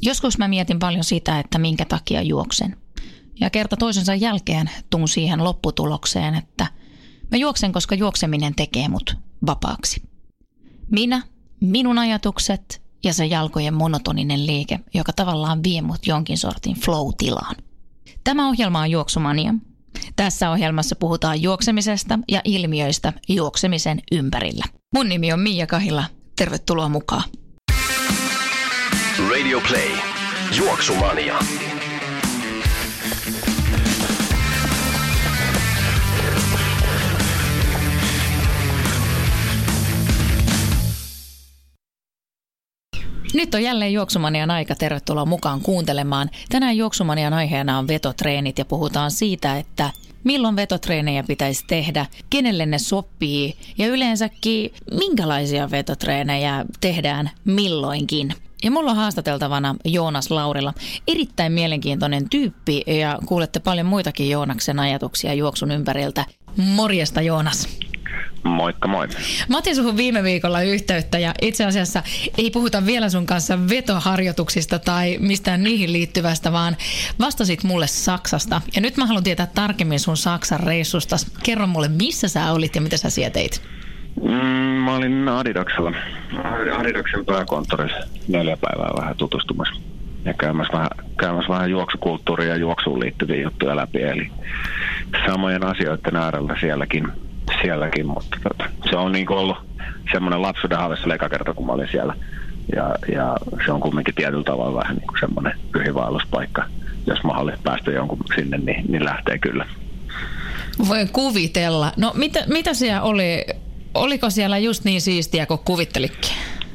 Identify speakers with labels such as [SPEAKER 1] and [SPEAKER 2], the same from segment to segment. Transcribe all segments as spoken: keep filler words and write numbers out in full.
[SPEAKER 1] Joskus mä mietin paljon sitä, että minkä takia juoksen. Ja kerta toisensa jälkeen tuun siihen lopputulokseen, että mä juoksen, koska juokseminen tekee mut vapaaksi. Minä, minun ajatukset ja se jalkojen monotoninen liike, joka tavallaan vie mut jonkin sortin flow-tilaan. Tämä ohjelma on Juoksumania. Tässä ohjelmassa puhutaan juoksemisesta ja ilmiöistä juoksemisen ympärillä. Mun nimi on Miia Kahila. Tervetuloa mukaan.
[SPEAKER 2] Radio Play. Juoksumania.
[SPEAKER 1] Nyt on jälleen Juoksumanian aika. Tervetuloa mukaan kuuntelemaan. Tänään Juoksumanian aiheena on vetotreenit ja puhutaan siitä, että milloin vetotreenejä pitäisi tehdä, kenelle ne sopii ja yleensäkin minkälaisia vetotreenejä tehdään milloinkin. Ja mulla on haastateltavana Joonas Laurila. Erittäin mielenkiintoinen tyyppi ja kuulette paljon muitakin Joonaksen ajatuksia juoksun ympäriltä. Morjesta Joonas.
[SPEAKER 3] Moikka moi.
[SPEAKER 1] Mä otin suhun viime viikolla yhteyttä ja itse asiassa ei puhuta vielä sun kanssa vetoharjoituksista tai mistään niihin liittyvästä, vaan vastasit mulle Saksasta. Ja nyt mä haluan tietää tarkemmin sun Saksan reissusta. Kerro mulle, missä sä olit ja mitä sä siellä teit?
[SPEAKER 3] Mm, mä olin Adidaksella. Adidaksen pääkonttorissa neljä päivää vähän tutustumassa. Ja käymässä vähän, käymässä vähän juoksukulttuuria ja juoksuun liittyviä juttuja läpi. Eli samojen asioiden äärellä sielläkin. sielläkin, mutta tota, se on niin kuin ollut semmoinen lapsuuden haave se eka kerta, kun mä olin siellä. Ja, ja se on kumminkin tietyllä tavalla vähän niin kuin semmoinen pyhivaelluspaikka. Jos mahdollisesti päästä jonkun sinne, niin, niin lähtee kyllä.
[SPEAKER 1] Voin kuvitella. No mitä, mitä siellä oli? Oliko siellä just niin siistiä kuin kuvittelikin?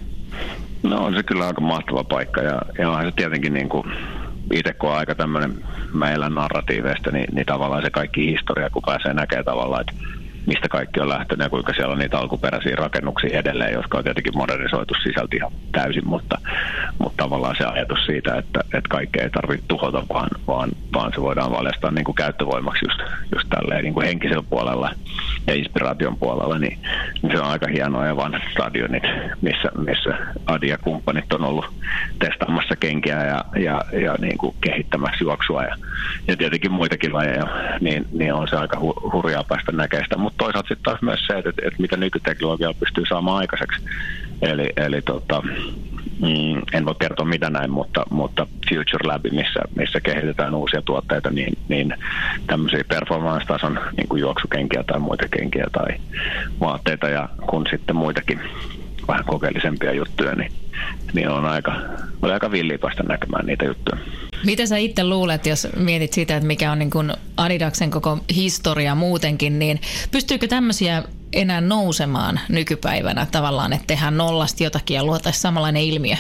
[SPEAKER 3] No on se kyllä aika mahtava paikka ja, ja onhan se tietenkin niin kuin itse kun on aika tämmöinen, mä elän narratiiveista, niin, niin tavallaan se kaikki historia, kun pääsee näkemään tavallaan, että mistä kaikki on lähtenyt ja kuinka siellä on niitä alkuperäisiä rakennuksia edelleen, jotka on tietenkin modernisoitu sisältä ihan täysin, mutta, mutta tavallaan se ajatus siitä, että, että kaikkea ei tarvitse tuhota, vaan, vaan, vaan se voidaan valjastaa niin kuin käyttövoimaksi just, just tälleen niin kuin henkisellä puolella ja inspiraation puolella, niin, niin se on aika hienoa ja vanhat stadionit, missä, missä Adi ja kumppanit on ollut testaamassa kenkiä ja, ja, ja niin kuin kehittämässä juoksua ja, ja tietenkin muitakin lajeja, niin, niin on se aika hu, hurjaa päästä näkemään sitä. Mutta toisaalta sitten taas myös se, että, että mitä nykyteknologialla pystyy saamaan aikaiseksi. Eli, eli tota, mm, en voi kertoa mitä näin, mutta, mutta Future Lab, missä, missä kehitetään uusia tuotteita, niin, niin tämmöisiä performance-tason niin kuin juoksukenkiä tai muita kenkiä tai vaatteita ja kun sitten muitakin vähän kokeellisempia juttuja, niin, niin on aika, oli aika villiä päästä näkemään niitä juttuja.
[SPEAKER 1] Mitä sä itse luulet, jos mietit sitä, että mikä on niin kuin Adidaksen koko historia muutenkin, niin pystyykö tämmöisiä enää nousemaan nykypäivänä tavallaan, että tehdään nollasta jotakin ja luotaisiin samanlainen ilmiö?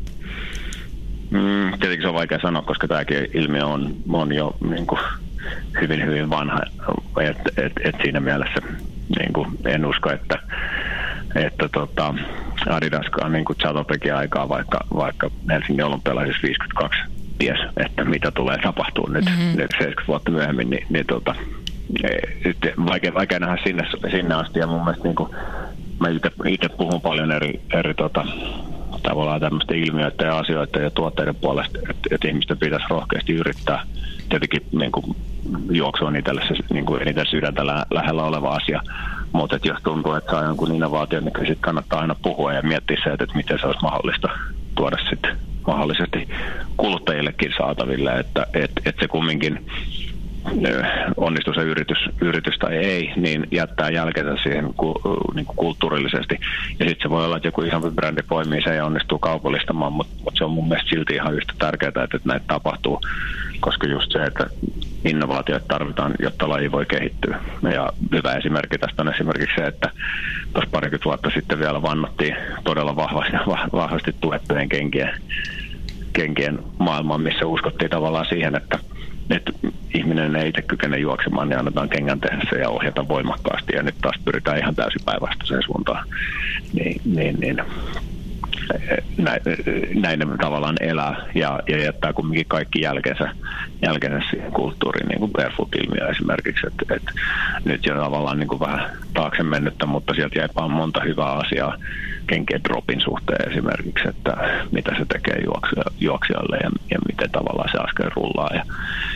[SPEAKER 3] Mm, tietenkin se on vaikea sanoa, koska tämäkin ilmiö on, on jo niin kuin hyvin, hyvin vanha. Et, et, et siinä mielessä niin kuin en usko, että että tota, Adidaskaan niin kuin Chatopekin aikaa, vaikka, vaikka Helsingin olympialaisissa viisikymmentäkaksi ties, että mitä tulee tapahtuu nyt, mm-hmm. nyt seitsemänkymmentä vuotta myöhemmin, niin, niin tota, vaikea, vaikea nähdä sinne, sinne asti. Ja mun mielestä niin kuin, mä itse puhun paljon eri, eri tota, tavallaan tämmöistä ilmiöitä ja asioita ja tuotteiden puolesta, että, että ihmisten pitäisi rohkeasti yrittää. Tietenkin niin kuin, juoksu on itselle se niin kuin eniten sydäntä lä- lähellä oleva asia. Mutta jos tuntuu, että saa jonkun innovaation, niin kyllä kannattaa aina puhua ja miettiä se, että miten se olisi mahdollista tuoda sitten mahdollisesti kuluttajillekin saataville, että et, et se kumminkin onnistuu se yritys, yritys tai ei, niin jättää jälkensä siihen ku, niin kuin kulttuurillisesti. Ja sitten se voi olla, että joku isompi brändi poimii sen ja onnistuu kaupallistamaan, mutta mut se on mun mielestä silti ihan yhtä tärkeää, että, että näitä tapahtuu, koska just se, että innovaatioita tarvitaan, jotta laji voi kehittyä. Ja hyvä esimerkki tästä on esimerkiksi se, että tuossa parikymmentä vuotta sitten vielä vannottiin todella vahvasti, vahvasti tuettujen kenkien, kenkien maailmaan, missä uskottiin tavallaan siihen, että että ihminen ei itse kykene juoksemaan, niin annetaan kengän tehdä se ja ohjata voimakkaasti. Ja nyt taas pyritään ihan täysin päinvastaiseen suuntaan. Niin, niin, niin. Näin, näin tavallaan elää ja, ja jättää kumminkin kaikki jälkensä, jälkensä siihen kulttuuriin, niin kuin barefoot-ilmiö esimerkiksi. Et, et nyt jo tavallaan niin kuin vähän taakse mennyttä, mutta sieltä jäi monta hyvää asiaa kenkien dropin suhteen esimerkiksi, että mitä se tekee juoksijalle ja, ja miten tavallaan se askel rullaa. Ja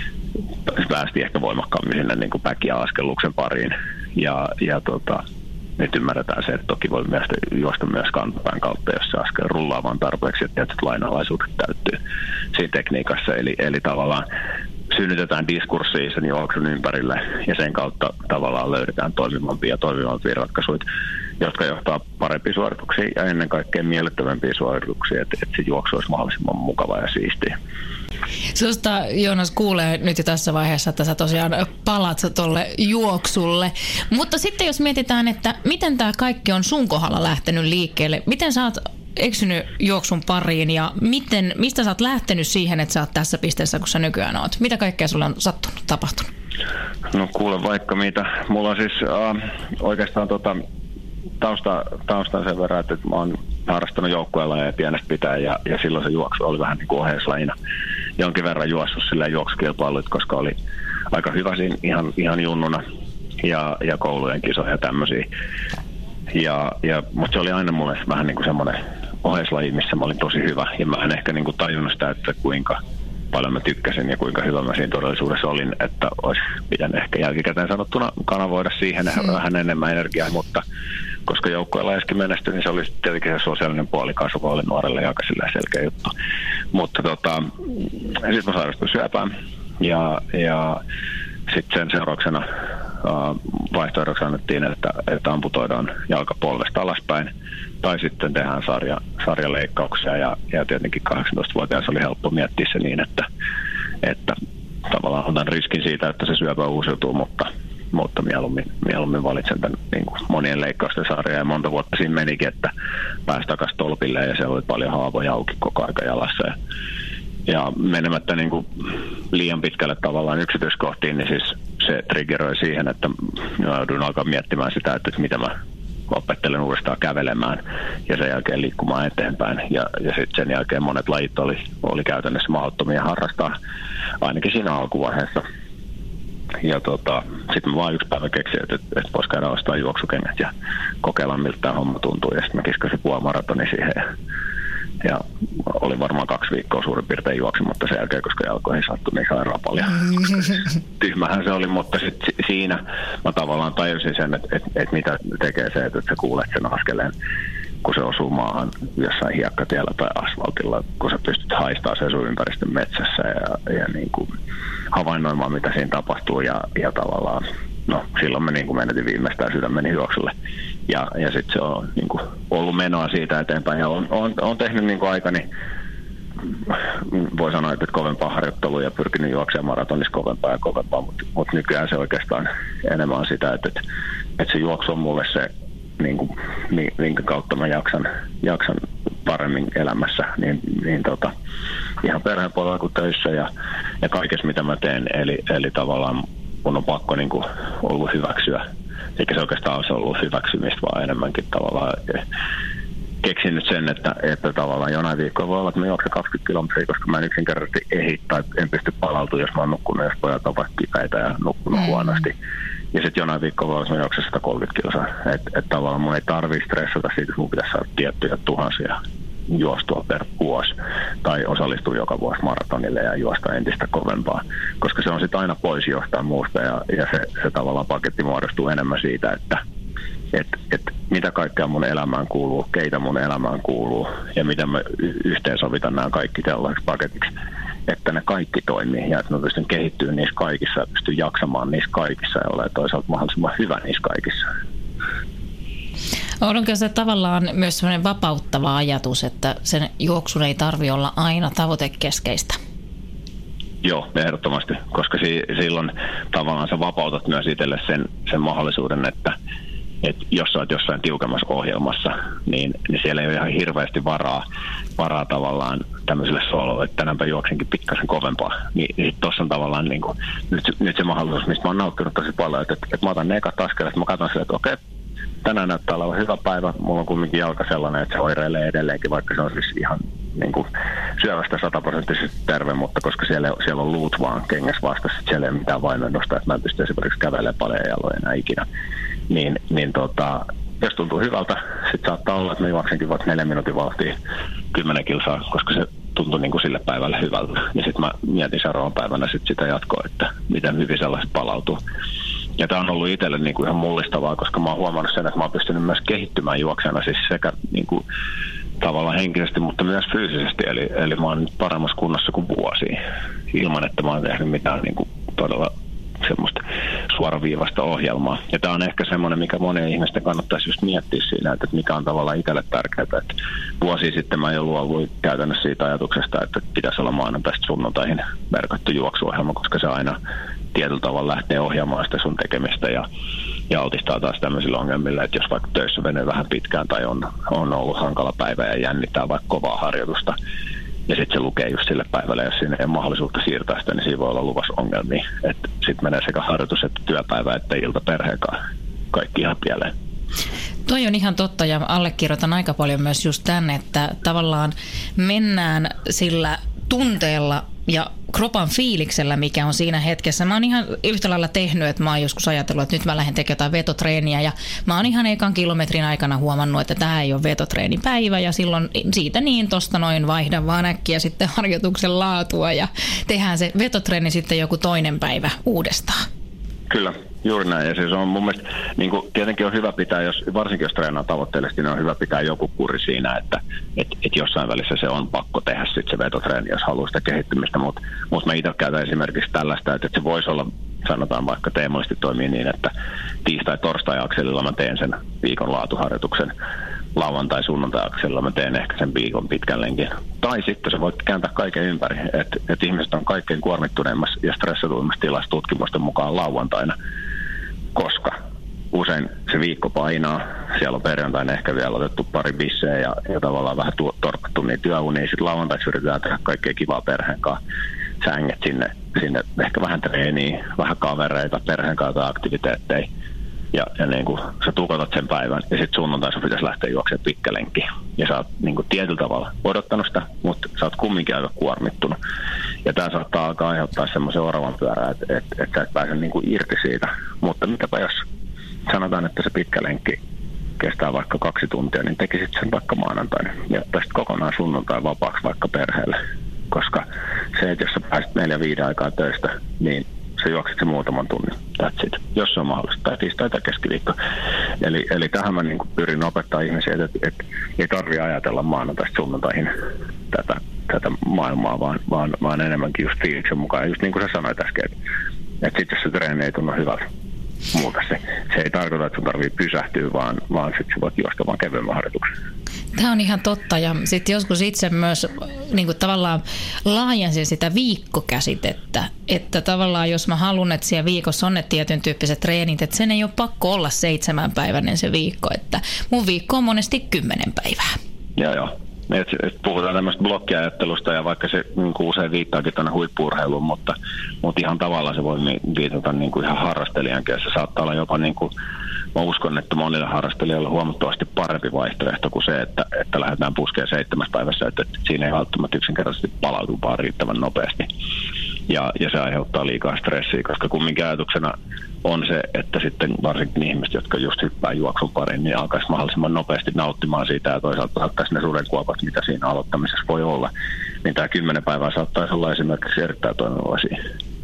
[SPEAKER 3] päästiin ehkä voimakkaammin sinne niin kuin back- ja askelluksen pariin. Ja, ja tota, nyt ymmärretään se, että toki voi myös juosta myös kantapään kautta, jos se askel rullaa vaan tarpeeksi, että tietyt lainalaisuudet täyttyy siinä tekniikassa. Eli, eli tavallaan synnytetään diskurssia sen juoksun ympärille ja sen kautta tavallaan löydetään toimivampia ja toimivampia ratkaisuja, jotka johtaa parempiin suorituksiin ja ennen kaikkea miellyttävämpiä suorituksia, että, että se juoksu olisi mahdollisimman mukava ja siistiä.
[SPEAKER 1] Susta, Joonas, kuulee nyt jo tässä vaiheessa, että sä tosiaan palat tolle juoksulle. Mutta sitten jos mietitään, että miten tämä kaikki on sun kohdalla lähtenyt liikkeelle, miten sä oot eksynyt juoksun pariin ja miten, mistä sä oot lähtenyt siihen, että sä oot tässä pisteessä, kun sä nykyään oot? Mitä kaikkea sulle on sattunut, tapahtunut?
[SPEAKER 3] No kuule vaikka mitä. Mulla on siis äh, oikeastaan tota, tausta, tausta sen verran, että mä oon harrastanut joukkuelajeja pienestä pitäen ja, ja silloin se juoksu oli vähän niin kuin oheislajina. Jonkin verran juossut silleen juoksukilpailuit, koska oli aika hyvä siinä ihan, ihan junnuna ja, ja koulujen kisoja ja tämmöisiä. Ja, ja, mutta se oli aina mulle vähän niin kuin semmoinen oheislaji, missä mä olin tosi hyvä. Ja mä en ehkä niin kuin tajunnut sitä, että kuinka paljon mä tykkäsin ja kuinka hyvä mä siinä todellisuudessa olin, että olisi pitänyt ehkä jälkikäteen sanottuna kanavoida siihen hmm. vähän enemmän energiaa, mutta koska joukkueella äsken menestyi, niin se oli tietenkin se sosiaalinen puoli kasvupuoli nuorelle ja aika selkeä juttu. Mutta tota, sitten mä sairastuin syöpään ja, ja sitten sen seurauksena uh, vaihtoehdoksi annettiin, että, että amputoidaan jalka polvesta alaspäin tai sitten tehdään sarja, sarjaleikkauksia ja, ja tietenkin kahdeksantoistavuotias oli helppo miettiä se niin, että, että tavallaan otan riskin siitä, että se syöpä uusiutuu, mutta mutta mieluummin, mieluummin valitsen tämän niin kuin monien leikkausten sarjaa ja monta vuotta siinä menikin, että pääsi takaisin tolpille ja siellä oli paljon haavoja auki koko aika jalassa. Ja, ja menemättä niin kuin liian pitkälle tavallaan yksityiskohtiin, niin siis se triggeroi siihen, että joudun alkaa miettimään sitä, että mitä mä opettelen uudestaan kävelemään ja sen jälkeen liikkumaan eteenpäin. Ja, ja sitten sen jälkeen monet lajit oli, oli käytännössä mahdottomia harrastaa, ainakin siinä alkuvaiheessa. Ja tota, sitten mä vaan yksi päivä keksin, että, että, että vois käydä ostaa juoksukengät ja kokeilla miltä tämä homma tuntuu. Ja sitten mä kiskasin puolimaratoni siihen. Ja, ja oli varmaan kaksi viikkoa suurin piirtein juoksin, mutta sen jälkeen, koska jalkoihin sattui niin sairaan paljon. Tyhmähän se oli, mutta sitten siinä mä tavallaan tajusin sen, että, että, että mitä tekee se, että sä kuulet sen askeleen, kun se osuu maahan jossain hiekkatiellä tai asfaltilla, kun sä pystyt haistamaan sen sun ympäristön metsässä ja, ja niin kuin havainnoimaan, mitä siinä tapahtuu ja, ja tavallaan, no silloin me niin kuin menetin viimeistään sydämeni juoksulle ja, ja sitten se on niin kuin ollut menoa siitä eteenpäin ja on, on, on tehnyt niin kuin aikani, voi sanoa, että kovempaa harjoittelua ja pyrkinyt juoksemaan maratonissa kovempaa ja kovempaa, mutta, mutta nykyään se oikeastaan enemmän on sitä, että, että, että se juoksu on mulle se, niin kuin, minkä kautta mä jaksan, jaksan paremmin elämässä, niin, niin tota, ihan perheen puolella kuin töissä ja, ja kaikessa mitä mä teen, eli, eli tavallaan mun on pakko niin kuin, ollut hyväksyä, eikä se oikeastaan olisi ollut hyväksymistä, vaan enemmänkin tavallaan keksin nyt sen, että, että tavallaan jonain viikkoa voi olla, että mä juoksen kaksikymmentä kilometriä, koska mä en yksinkertaisesti ehdi tai en pysty palautumaan, jos mä oon nukkunut, jos pojat ovat kipäitä ja nukkunut mm. huonosti. Ja sitten jonain viikkoa voi olla, että mä juoksen sata kolmekymmentä kilsaa. Että et tavallaan mun ei tarvitse stressata siitä, että mun pitäisi saada tiettyjä tuhansia juostua per vuosi tai osallistua joka vuosi maratonille ja juosta entistä kovempaa, koska se on sitten aina pois jostain muusta ja, ja se, se tavallaan paketti muodostuu enemmän siitä, että et, et mitä kaikkea mun elämään kuuluu, keitä mun elämään kuuluu ja miten mä y- yhteensovitan nämä kaikki tällaiseksi paketiksi, että ne kaikki toimii ja että mä pystyn kehittymään niissä kaikissa ja pystyn jaksamaan niissä kaikissa ja olemaan toisaalta mahdollisimman hyvä niissä kaikissa.
[SPEAKER 1] Onko se tavallaan myös sellainen vapauttava ajatus, että sen juoksun ei tarvitse olla aina tavoitekeskeistä?
[SPEAKER 3] Joo, ehdottomasti, koska si- silloin tavallaan sä vapautat myös itselle sen, sen mahdollisuuden, että että jos sä oot jossain tiukemmassa ohjelmassa, niin, niin siellä ei ole ihan hirveästi varaa, varaa tavallaan tämmöiselle sololle, että tänäänpä juoksenkin pikkasen kovempaa. Niin, niin tuossa on tavallaan niin kuin, nyt, nyt se mahdollisuus, mistä mä oon nauttinut tosi paljon, että, että, että mä otan ne ekat askeleet, mä katson sille, että okei, tänään näyttää olevan hyvä päivä, mulla on kumminkin jalka sellainen, että se oireilee edelleenkin, vaikka se on siis ihan niin kuin syövästä sataprosenttisesti terve, mutta koska siellä, siellä on luut vaan kengässä vastassa, että siellä ei ole mitään vaimennusta, että mä en pysty esimerkiksi kävelemään paljon jaloja enää ikinä. Niin, niin tota, jos tuntuu hyvältä, sitten saattaa olla, että mä juoksenkin vaikka neljän minuutin vauhtia kymmenen kilsaa, koska se tuntui niin kuin sille päivälle hyvältä. Ja sitten mä mietin seuraavan päivänä sit sitä jatkoa, että miten hyvin sellaiset palautuu. Ja tämä on ollut itselle niin kuin ihan mullistavaa, koska mä oon huomannut sen, että mä oon pystynyt myös kehittymään juoksijana, siis sekä niin kuin tavallaan henkisesti, mutta myös fyysisesti. Eli, eli mä oon nyt paremmassa kunnossa kuin vuosia, ilman että mä oon tehnyt mitään niin kuin todella semmoista suoraviivasta ohjelmaa. Ja tämä on ehkä semmoinen, mikä monien ihmisten kannattaisi just miettiä siinä, että mikä on tavallaan itselle tärkeää. Että vuosia sitten mä jo luovuin käytännössä siitä ajatuksesta, että pitäisi olla maanantaista sunnuntaihin merkattu juoksuohjelma, koska se aina tietyllä tavalla lähtee ohjaamaan sitä sun tekemistä ja, ja altistaa taas tämmöisillä ongelmilla, että jos vaikka töissä menee vähän pitkään tai on, on ollut hankala päivä ja jännittää vaikka kovaa harjoitusta, ja sitten se lukee just sille päivälle, jos siinä ei ole mahdollisuutta siirtää sitä, niin siinä voi olla luvassa ongelmia. Että sitten menee sekä harjoitus että työpäivä, että ilta perheekaan. Kaikki ihan pieleen.
[SPEAKER 1] Toi on ihan totta ja allekirjoitan aika paljon myös just tänne, että tavallaan mennään sillä tunteella ja kropan fiiliksellä, mikä on siinä hetkessä. Mä oon ihan yhtä lailla tehnyt, että mä oon joskus ajatellut, että nyt mä lähden tekemään jotain vetotreeniä ja mä oon ihan ekan kilometrin aikana huomannut, että tää ei ole vetotreenipäivä ja silloin siitä niin tosta noin vaihdan vaan äkkiä sitten harjoituksen laatua ja tehdään se vetotreeni sitten joku toinen päivä uudestaan.
[SPEAKER 3] Kyllä, juuri näin. Ja siis on mun mielestä, niin kuin, tietenkin on hyvä pitää, jos, varsinkin jos treenaa tavoitteellisesti, niin on hyvä pitää joku kuri siinä, että et, et jossain välissä se on pakko tehdä sitten se vetotreeni, jos haluaa sitä kehittymistä. Mutta mut mä itse käytän esimerkiksi tällaista, että et se voisi olla, sanotaan vaikka teemallisesti toimii niin, että tiistai-torstai-akselilla mä teen sen viikon laatuharjoituksen. Lauantai-sunnuntai-akselilla mä teen ehkä sen viikon pitkän lenkin. Tai sitten sä voit kääntää kaiken ympäri, että et ihmiset on kaikkein kuormittuneimmassa ja stressatuimmassa tilassa tutkimusten mukaan lauantaina, koska usein se viikko painaa, siellä on perjantaina ehkä vielä otettu pari bisseä ja, ja tavallaan vähän tu- torpattu niitä työunia, sitten lauantaiksi yritetään tehdä kaikkea kivaa perheen kanssa, sänget sinne, sinne ehkä vähän treeniä, vähän kavereita, perheen kanssa tai aktiviteetteja. Ja, ja niin kuin sä tukotat sen päivän ja sitten sunnuntaina pitäisi lähteä juoksemaan pitkä lenkki. Ja sä oot niin kuin tietyllä tavalla odottanut sitä, mutta sä oot kumminkin aika kuormittunut. Ja tää saattaa alkaa aiheuttaa semmoisen oravan pyörää, että et, et sä et pääse niin kuin irti siitä. Mutta mitäpä jos sanotaan, että se pitkä lenkki kestää vaikka kaksi tuntia, niin tekisit sen vaikka maanantaina. Ja ottaisit kokonaan sunnuntai vapaaksi vaikka perheelle. Koska se, että jos sä pääset neljä viiden aikaa töistä, niin sä juokset se muutaman tunnin, that's it, jos se on mahdollista, tai tiistai tai keskiviikko. Eli, eli tähän mä niin kuin pyrin opettaa ihmisiä, että, että, että ei tarvitse ajatella maanantaista sunnuntaihin tätä, tätä maailmaa, vaan, vaan, vaan enemmänkin just fiiliksen mukaan. Just niin kuin sä sanoit äsken, että, että sitten jos se treeni ei tunnu hyvältä, muuta se. Se ei tarkoita, että sun tarvitsee pysähtyä, vaan, vaan sitten sä voit juosta vaan kevyemmän harjoituksen.
[SPEAKER 1] Tämä on ihan totta ja sitten joskus itse myös niin kuin tavallaan laajensin sitä viikkokäsitettä, että tavallaan jos mä haluan, että siellä viikossa on ne tietyn tyyppiset treenit, että sen ei ole pakko olla seitsemänpäiväinen se viikko, että mun viikko on monesti kymmenen päivää.
[SPEAKER 3] Joo, joo. Et, et puhutaan tämmöistä blokkiajattelusta ja vaikka se niin kuin usein viittaakin tuonne huippu-urheiluun, mutta, mutta ihan tavallaan se voi viitata niin kuin ihan harrastelijankin. Se saattaa olla jopa, niin kuin, mä uskon, että monille harrastelijoille on huomattavasti parempi vaihtoehto kuin se, että, että lähdetään puskeen seitsemässä päivässä, että, että siinä ei välttämättä yksinkertaisesti palautu vaan riittävän nopeasti. Ja, ja se aiheuttaa liikaa stressiä, koska kumminkin ajatuksena on se, että sitten varsinkin ihmiset, jotka just hyppää juoksun pariin, niin alkaisi mahdollisimman nopeasti nauttimaan siitä ja toisaalta saattaisi ne sudenkuopat, mitä siinä aloittamisessa voi olla. Niin tämä kymmenen päivää saattaisi olla esimerkiksi erittäin toimiva asia.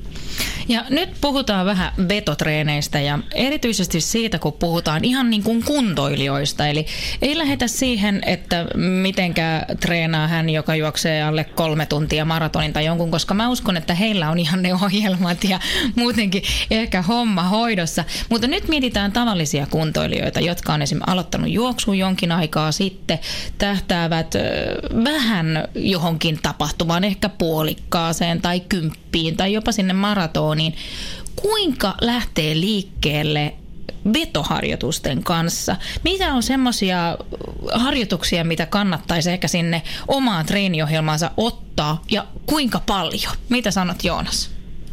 [SPEAKER 1] Ja nyt puhutaan vähän vetotreeneistä ja erityisesti siitä, kun puhutaan ihan niin kuin kuntoilijoista. Eli ei lähdetä siihen, että mitenkä treenaa hän, joka juoksee alle kolme tuntia maratonin tai jonkun, koska mä uskon, että heillä on ihan ne ohjelmat ja muutenkin ehkä homma hoidossa. Mutta nyt mietitään tavallisia kuntoilijoita, jotka on esimerkiksi aloittanut juoksuun jonkin aikaa sitten, tähtäävät vähän johonkin tapahtumaan, ehkä puolikkaaseen tai kymppiin tai jopa sinne maratoniin. Niin kuinka lähtee liikkeelle vetoharjoitusten kanssa? Mitä on semmoisia harjoituksia, mitä kannattaisi ehkä sinne omaan treeniohjelmaansa ottaa ja kuinka paljon? Mitä sanot, Joonas?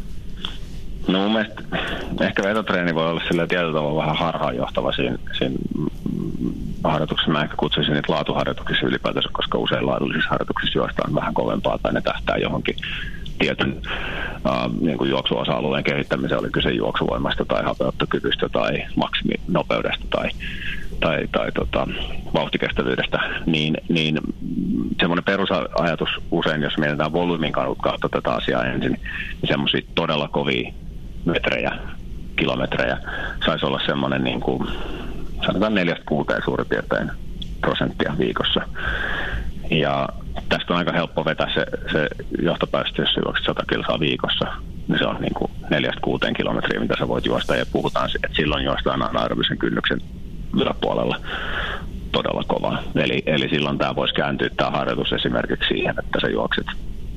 [SPEAKER 3] No mun mielestä ehkä vetotreeni voi olla sillä tietyllä tavalla vähän harhaanjohtava siinä, siinä harjoituksessa. Mä ehkä kutsuisin niitä laatuharjoituksissa ylipäätänsä, koska usein laadullisissa harjoituksissa juostaan vähän kovempaa tai ne tähtää johonkin tietyn uh, niin kuin juoksuosa-alueen kehittämiseen, oli kyse juoksuvoimasta tai hapeuttokyvystä tai maksiminopeudesta tai, tai, tai tota, vauhtikestävyydestä, niin, niin semmoinen perusajatus usein, jos mietitään volyymin kautta tätä asiaa ensin, niin semmoisia todella kovia metrejä, kilometrejä saisi olla semmoinen niin kuin, sanotaan neljästä kuuteen suurin piirtein prosenttia viikossa. Ja tästä on aika helppo vetää se, se johtopäätös, jos juokset sata kilsaa viikossa, niin se on niin kuin neljästä kuuteen kilometriä, mitä sä voit juosta, ja puhutaan, että silloin juostaan anaerobisen kynnyksen yläpuolella todella kovaa. Eli, eli silloin tämä voisi kääntyä tämä harjoitus esimerkiksi siihen, että sä juokset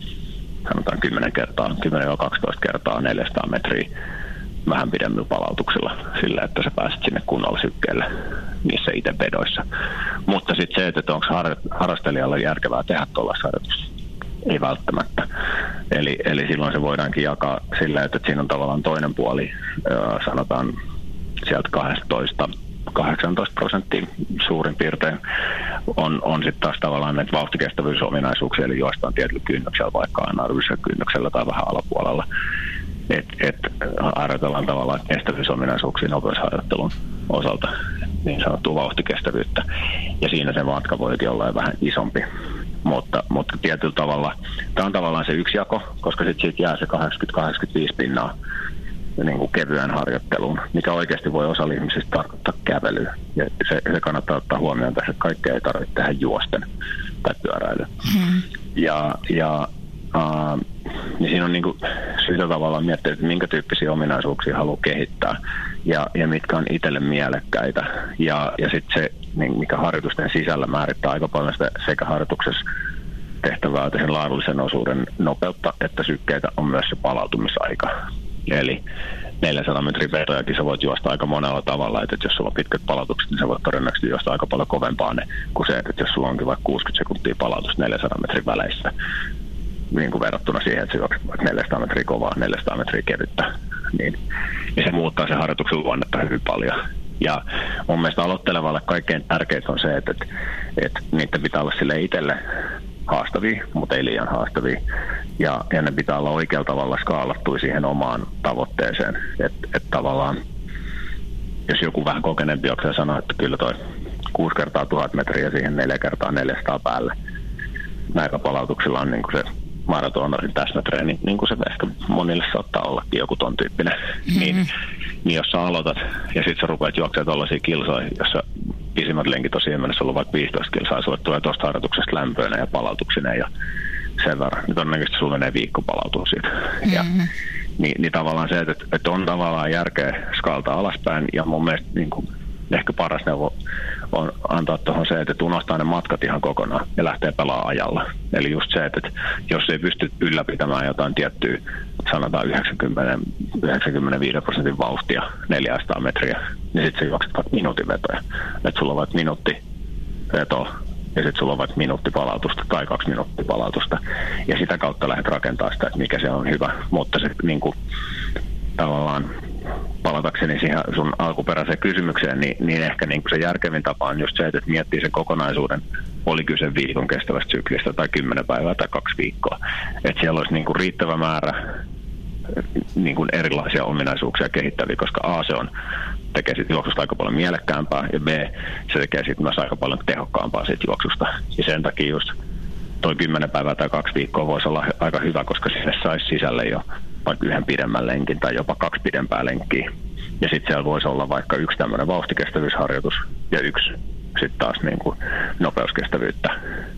[SPEAKER 3] sanotaan kymmenen kertaa, kymmenen kaksitoista kertaa neljäsataa metriä vähän pidemmillä palautuksilla sillä, että sä pääset sinne kunnolla sykkeelle niissä itse vedoissa. Mutta sitten se, että onko harrastelijalle järkevää tehdä tuollaista harjoitusta, ei välttämättä. Eli, eli silloin se voidaankin jakaa sillä, että siinä on tavallaan toinen puoli, sanotaan sieltä kaksitoista kahdeksantoista prosenttia suurin piirtein on, on sitten taas tavallaan näitä vauhtikestävyysominaisuuksia, eli juostaan tietyllä kynnyksellä, vaikka anaerobisella kynnyksellä tai vähän alapuolella. Että et, harjoitellaan tavallaan kestävyysominaisuuksia nopeusharjoittelun osalta, niin sanottua vauhtikestävyyttä. Ja siinä se matka voikin olla vähän isompi. Mutta, mutta tietyllä tavalla, tämä on tavallaan se yksi jako, koska sitten siitä jää se kahdeksankymmentä kahdeksankymmentäviisi pinnaa niin kuin kevyen harjoitteluun, mikä oikeasti voi osalla ihmisistä tarkoittaa kävelyä. Ja se, se kannattaa ottaa huomioon tässä, että kaikkea ei tarvitse tehdä juosten tai pyöräilyä. Hmm. Ja, ja uh, niin siinä on niin kuin syytä tavallaan miettiä, että minkä tyyppisiä ominaisuuksia haluaa kehittää ja, ja mitkä on itselle mielekkäitä. Ja, ja sitten se, niin mikä harjoitusten sisällä määrittää aika paljon sitä sekä harjoituksessa tehtävää, että sen laadullisen osuuden nopeutta, että sykkeitä on myös se palautumisaika. Eli neljäsataa metrin vetojakin sä voit juosta aika monella tavalla, että jos sulla on pitkät palautukset, niin sä voit todennäköisesti juosta aika paljon kovempaa ne kuin se, että jos sulla onkin vaikka kuusikymmentä sekuntia palautus neljänsadan metrin väleissä, niin kuin verrattuna siihen, että se juokset vaikka neljäsataa metriä kovaa, neljäsataa metriä kevyttä, niin, niin se muuttaa sen harjoituksen luonnetta hyvin paljon. Ja mun mielestä aloittelevalle kaikkein tärkeintä on se, että, että, että niiden pitää olla sille itselle haastavia, mutta ei liian haastavia. Ja, ja ne pitää olla oikealla tavalla skaalattua siihen omaan tavoitteeseen. Että et tavallaan, jos joku vähän kokeneempi juoksija sanoo, että kyllä toi kuusi kertaa tuhat metriä ja siihen neljä kertaa neljäsataa päälle. Näillä palautuksilla on niin kuin se maratonarin täsmätreeni, niin kuin se ehkä monille saattaa ollakin joku ton tyyppinen. Mm-hmm. Niin, niin jos sä aloitat ja sit sä rupeat juoksemaan tollaisia kilsoja, jossa pisimmät lenkit on siihen mennessä ollut vaikka viisitoista kilsaa, sulle tulee tuosta harjoituksesta lämpöönä ja palautuksineen ja sen verran. Nyt todennäköisesti sulla menee viikko palautua siitä. Mm-hmm. Ja, niin, niin tavallaan se, että, että on tavallaan järkeä skaalta alaspäin ja mun mielestä niin kuin, ehkä paras neuvo on antaa tuohon se, että unohtaa ne matkat ihan kokonaan ja lähtee pelaamaan ajalla. Eli just se, että jos ei pysty ylläpitämään jotain tiettyä, sanotaan yhdeksänkymmentä, yhdeksänkymmentäviisi prosentin vauhtia neljäsataa metriä, niin sitten sä juokset vaikka minuutin vetoja. Että sulla on vaikka minuutti veto ja sitten sulla on vaikka minuutti palautusta tai kaksi minuuttia palautusta. Ja sitä kautta lähdet rakentamaan sitä, että mikä se on hyvä. Mutta se niin kuin, tavallaan palatakseni siihen sun alkuperäiseen kysymykseen, niin, niin ehkä niin kuin se järkevin tapa on just se, että miettii sen kokonaisuuden, oli kyse viikon kestävästä syklistä tai kymmenen päivää tai kaksi viikkoa. Että siellä olisi niin kuin riittävä määrä niin kuin erilaisia ominaisuuksia kehittäviä, koska A se on, tekee siitä juoksusta aika paljon mielekkäämpää ja B se tekee siitä myös aika paljon tehokkaampaa siitä juoksusta. Ja sen takia just toi kymmenen päivää tai kaksi viikkoa voisi olla aika hyvä, koska sinne saisi sisälle jo vaikka yhden pidemmän lenkin tai jopa kaksi pidempää lenkkiä. Ja sitten siellä voisi olla vaikka yksi tämmöinen vauhtikestävyysharjoitus ja yksi sitten taas niin kuin nopeuskestävyyttä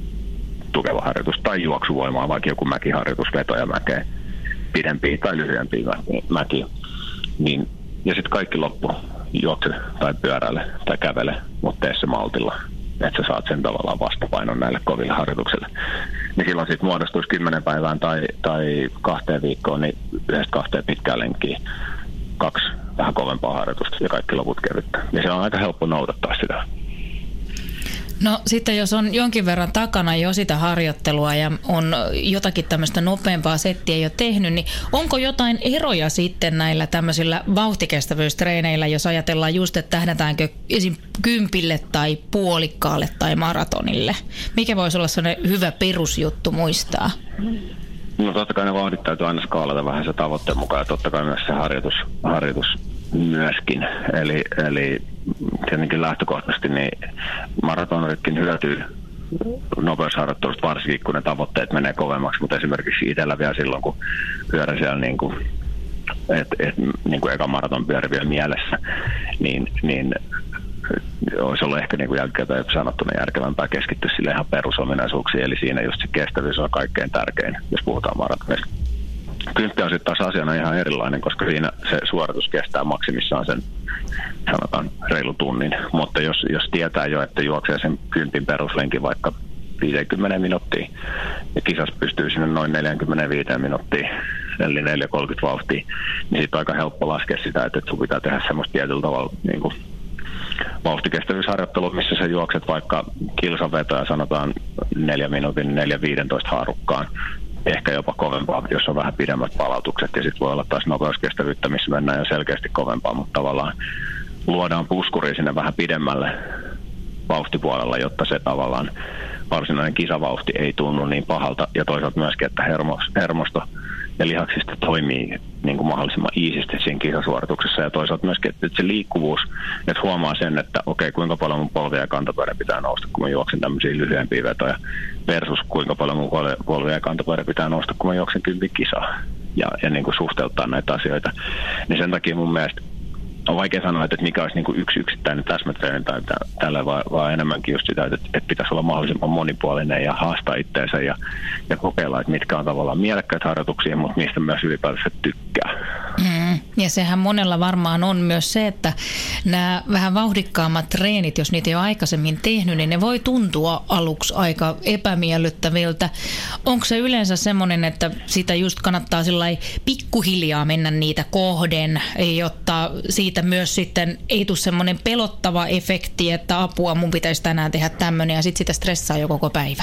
[SPEAKER 3] tukeva harjoitus tai juoksuvoimaa, vaikka joku mäkiharjoitus, vetoja mäkeä, pidempiä tai lyhyempiä mäkiä. Niin, ja sitten kaikki loppu, juokse tai pyöräile tai kävele, mutta tee se maltilla, että sä saat sen tavallaan vastapainon näille koville harjoituksille. Niin silloin sitten muodostuisi kymmenen päivään tai, tai kahteen viikkoon, niin yhdestä kahteen pitkää lenkkiä, kaksi vähän kovempaa harjoitusta ja kaikki loput kevyttä. Ja se on aika helppo noudattaa sitä.
[SPEAKER 1] No sitten jos on jonkin verran takana jo sitä harjoittelua ja on jotakin tämmöistä nopeampaa settiä jo tehnyt, niin onko jotain eroja sitten näillä tämmöisillä vauhtikestävyystreeneillä, jos ajatellaan just, että tähdätäänkö esim. Kympille tai puolikkaalle tai maratonille? Mikä voisi olla sellainen hyvä perusjuttu muistaa?
[SPEAKER 3] No totta kai ne vauhdit täytyy aina skaalata vähän se tavoitteen mukaan ja totta kai myös se harjoitus, harjoitus myöskin. Eli, eli tietenkin lähtökohtaisesti niin maratonaritkin hyötyy nopeusharjoittelusta, varsinkin kun ne tavoitteet menee kovemmaksi, mutta esimerkiksi itsellä vielä silloin, kun pyörä siellä niin kuin, et, et, niin kuin eka maraton pyöri vielä mielessä, niin, niin olisi ollut ehkä niin kuin jälkikäteen sanottuna järkevämpää keskittyä sille ihan perusominaisuuksiin, eli siinä just se kestävyys on kaikkein tärkein, jos puhutaan maratonista. Kymppi on sitten taas asiana ihan erilainen, koska siinä se suoritus kestää maksimissaan sen, sanotaan, reilu tunnin. Mutta jos, jos tietää jo, että juoksee sen kympin peruslenkin vaikka viisikymmentä minuuttia ja kisas pystyy sinne noin neljäkymmentäviisi minuuttia, eli neljä kolmekymmentä vauhtia, niin sitten on aika helppo laskea sitä, että sun pitää tehdä semmoista tietyllä tavalla niin kuin vauhtikestävyysharjoittelu, missä sä juokset vaikka kilsanvetoja, sanotaan neljä minuutin, neljä viisitoista haarukkaan, ehkä jopa kovempaa, jos on vähän pidemmät palautukset, ja sitten voi olla taas nopeuskestävyyttä, missä mennään jo selkeästi kovempaa, mutta tavallaan luodaan puskuri sinne vähän pidemmälle vauhtipuolella, jotta se tavallaan varsinainen kisavauhti ei tunnu niin pahalta, ja toisaalta myöskin, että hermosto ja lihaksista toimii niin kuin mahdollisimman iisisti siinä kisasuorituksessa, ja toisaalta myöskin, että se liikkuvuus, että huomaa sen, että okei, kuinka paljon mun polvia ja kantapyörä pitää nousta, kun mä juoksen tämmöisiä lyhyempiä vetoja, versus kuinka paljon mun polvia ja kantapyörä pitää nousta, kun mä juoksen kympin kisaa, ja, ja niin kuin suhteuttaa näitä asioita. Niin sen takia mun mielestä on vaikea sanoa, että mikä olisi niin kuin yksi yksittäinen täsmätreeni tai tällä, vaan, vaan enemmänkin just sitä, että, että pitäisi olla mahdollisimman monipuolinen ja haastaa itseensä ja, ja kokeilla, että mitkä on tavallaan mielekkäitä harjoituksia, mutta mistä myös ylipäätänsä tykkää.
[SPEAKER 1] Mm. Ja sehän monella varmaan on myös se, että nämä vähän vauhdikkaammat treenit, jos niitä ei ole aikaisemmin tehnyt, niin ne voi tuntua aluksi aika epämiellyttäviltä. Onko se yleensä semmoinen, että sitä just kannattaa sillai pikkuhiljaa mennä niitä kohden, jotta siitä myös sitten ei tule semmoinen pelottava efekti, että apua, mun pitäisi tänään tehdä tämmöinen ja sitten sitä stressaa jo koko päivä?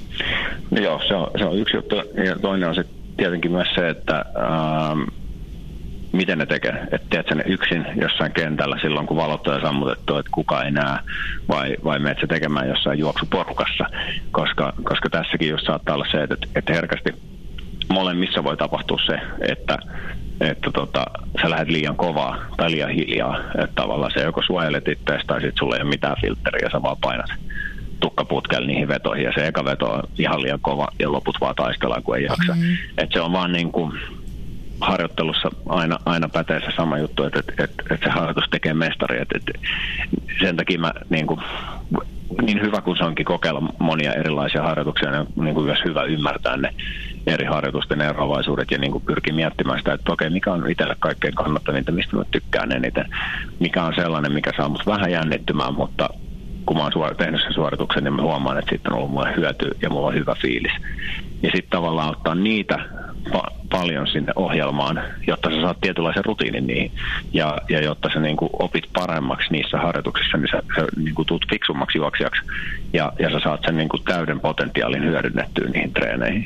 [SPEAKER 3] No joo, se on, se on yksi juttu. Ja toinen on sitten tietenkin myös se, että ähm, miten ne tekee. Että teet sen yksin jossain kentällä silloin, kun valot on sammutettu, että kuka ei näe, vai, vai menet se tekemään jossain juoksuporukassa. Koska, koska tässäkin just saattaa olla se, että, että herkästi molemmissa voi tapahtua se, että että tota, sä lähdet liian kovaa tai liian hiljaa. Että tavallaan se joko suojelet itseäsi tai sitten sulla ei ole mitään filtteriä, sä vaan painat tukkaputkella niihin vetoihin ja se eka veto on ihan liian kova ja loput vaan taistellaan, kun ei jaksa. Mm-hmm. Että se on vaan niin kuin harjoittelussa aina, aina pätee se sama juttu, että, että, että, että se harjoitus tekee mestari. Että, että sen takia mä niin kuin, niin hyvä kuin se onkin kokeilla monia erilaisia harjoituksia, niin, niin kuin myös hyvä ymmärtää ne eri harjoitusten eroavaisuudet ja niin kuin pyrkii miettimään sitä, että okei, mikä on itselle kaikkein kannattavinta, mistä mä tykkään eniten, mikä on sellainen, mikä saa mut vähän jännittymään, mutta kun mä oon suor- tehnyt sen suorituksen, niin mä huomaan, että siitä on ollut mulle hyötyä ja mulla on hyvä fiilis. Ja sitten tavallaan ottaa niitä pa- paljon sinne ohjelmaan, jotta sä saat tietynlaisen rutiinin niihin. Ja, ja jotta sä niin kuin opit paremmaksi niissä harjoituksissa, niin sä, sä niin kuin tuut fiksummaksi juoksijaksi. Ja, ja sä saat sen niin kuin täyden potentiaalin hyödynnettyä niihin treeneihin.